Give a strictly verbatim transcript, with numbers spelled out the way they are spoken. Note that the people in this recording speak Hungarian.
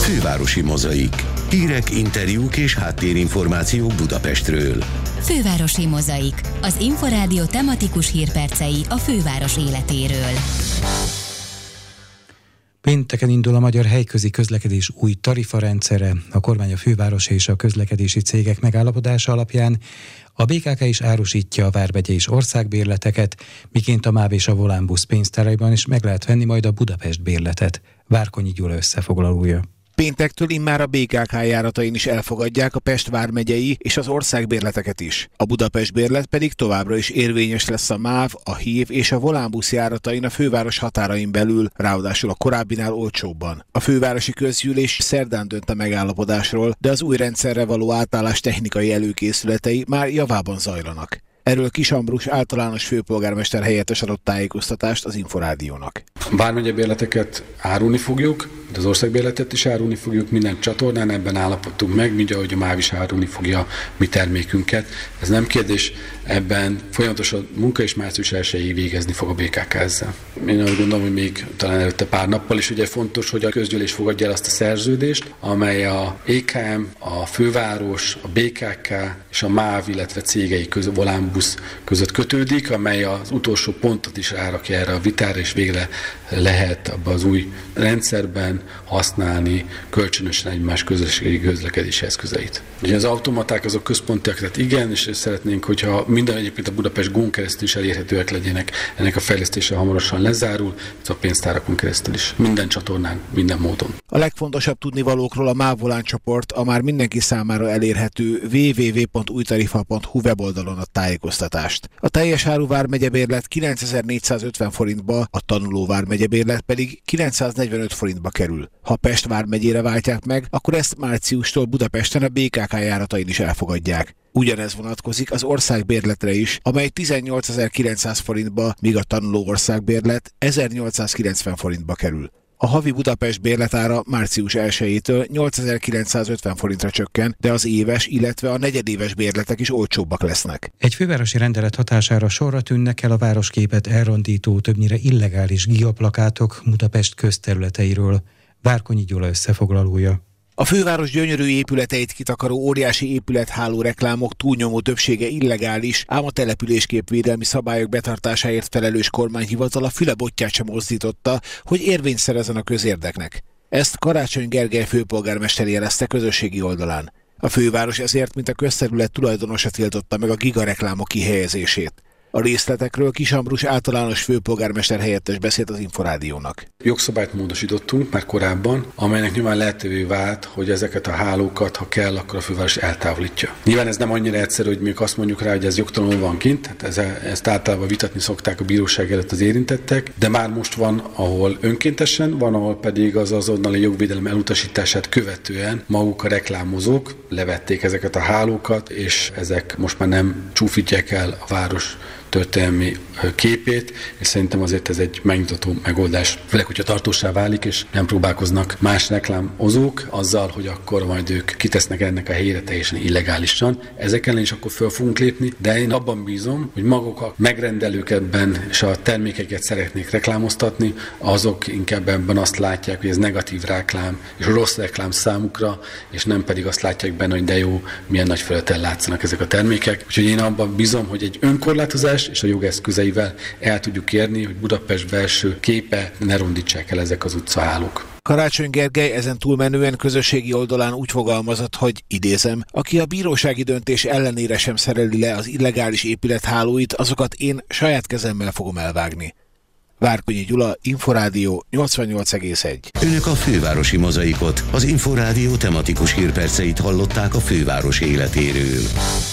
Fővárosi Mozaik. Hírek, interjúk és háttérinformációk Budapestről. Fővárosi Mozaik. Az Inforádió tematikus hírpercei a főváros életéről. Pénteken indul a magyar helyközi közlekedés új tarifarendszere. A kormány a főváros és a közlekedési cégek megállapodása alapján a bé ká ká is árusítja a vármegye és országbérleteket, miként a MÁV és a Volánbusz pénztáraiban is meg lehet venni majd a Budapest bérletet. Várkonyi Gyula összefoglalója. Péntektől immár a bé ká ká járatain is elfogadják a Pest vármegyei és az országbérleteket is. A Budapest bérlet pedig továbbra is érvényes lesz a MÁV, a hív és a Volánbusz járatain a főváros határain belül, ráadásul a korábbinál olcsóbban. A fővárosi közgyűlés szerdán dönt a megállapodásról, de az új rendszerre való átállás technikai előkészületei már javában zajlanak. Erről Kis Ambrus általános főpolgármester helyettes adott tájékoztatást az Inforádiónak. A vármegye bérleteket árulni fogjuk, de az országbérletet is árulni fogjuk, minden csatornán ebben állapodtunk meg, mint ahogy a MÁV is árulni fogja mi termékünket. Ez nem kérdés, ebben folyamatos a munka és március elsejéig végezni fog a bé ká ká ezzel. Én azt gondolom, hogy még talán előtte pár nappal is ugye fontos, hogy a közgyűlés fogadja el azt a szerződést, amely a é ká em, a főváros, a bé ká ká és a MÁV, illetve cégei között, Volánbusz között kötődik, amely az utolsó pontot is rárakja erre a vitára, és végre lehet abban az új rendszerben használni kölcsönösen egymás közösségi közlekedési eszközeit. Ugye az automaták azok központiak, tehát igen, és szeretnénk, hogyha minden egyébként a Budapest gón keresztül is elérhetőek legyenek, ennek a fejlesztése hamarosan lezárul, a pénztárakon keresztül is. Minden csatornán, minden módon. A legfontosabb tudnivalókról a MÁV Volán csoport a már mindenki számára elérhető double-u double-u double-u pont új tarifa pont hu weboldalon a tájékoztatást. A teljes áru vármegyebérlet kilencezer-négyszázötven forintba, a tanuló vármegyebérlet pedig kilencszáznegyvenöt forintba kerül. Ha Pest vármegyére váltják meg, akkor ezt márciustól Budapesten a bé ká ká járatain is elfogadják. Ugyanez vonatkozik az országbérletre is, amely tizennyolcezer-kilencszáz forintba, míg a tanuló országbérlet ezernyolcszázkilencven forintba kerül. A havi Budapest bérletára március elsejétől nyolcezer-kilencszázötven forintra csökken, de az éves, illetve a negyedéves bérletek is olcsóbbak lesznek. Egy fővárosi rendelet hatására sorra tűnnek el a városképet elrondító, többnyire illegális gigaplakátok Budapest közterületeiről. Várkonyi Gyula összefoglalója. A főváros gyönyörű épületeit kitakaró óriási épületháló reklámok túlnyomó többsége illegális, ám a településképvédelmi szabályok betartásáért felelős kormányhivatal a füle botját sem mozdította, hogy érvényt szerezzen a közérdeknek. Ezt Karácsony Gergely főpolgármester jelezte közösségi oldalán. A főváros ezért, mint a közterület tulajdonosa tiltotta meg a gigareklámok kihelyezését. A részletekről Kis Ambrus általános főpolgármester helyettes beszélt az Inforádiónak. Jogszabályt módosítottunk már korábban, amelynek nyilván lehetővé vált, hogy ezeket a hálókat, ha kell, akkor a főváros eltávolítja. Nyilván ez nem annyira egyszerű, hogy még azt mondjuk rá, hogy ez jogtalanul van kint, tehát ez, ezt általában vitatni szokták a bíróság előtt az érintettek, de már most van, ahol önkéntesen, van, ahol pedig az azonnali jogvédelem elutasítását követően maguk a reklámozók levették ezeket a hálókat, és ezek most már nem csúfítják el a város történelmi képét, és szerintem azért ez egy megnyugtató megoldás. Főleg, hogyha tartósá válik, és nem próbálkoznak más reklámozók azzal, hogy akkor majd ők kitesznek ennek a helyére teljesen illegálisan. Ezek ellen is akkor föl fogunk lépni, de én abban bízom, hogy maguk a megrendelők ebben és a termékeket szeretnék reklámoztatni, azok inkább ebben azt látják, hogy ez negatív reklám, és rossz reklám számukra, és nem pedig azt látják benne, hogy de jó, milyen nagy felületen látszanak ezek a termékek. Úgyhogy én abban bízom, hogy egy önkorlátozás és a jogeszközeivel el tudjuk érni, hogy Budapest belső képe ne rondítsák el ezek az utcahálók. Karácsony Gergely ezen túlmenően közösségi oldalán úgy fogalmazott, hogy idézem, aki a bírósági döntés ellenére sem szereli le az illegális épülethálóit, azokat én saját kezemmel fogom elvágni. Várkonyi Gyula, Inforádió nyolcvannyolc egész egy. Önök a Fővárosi Mozaikot, az Inforádió tematikus hírperceit hallották a főváros életéről.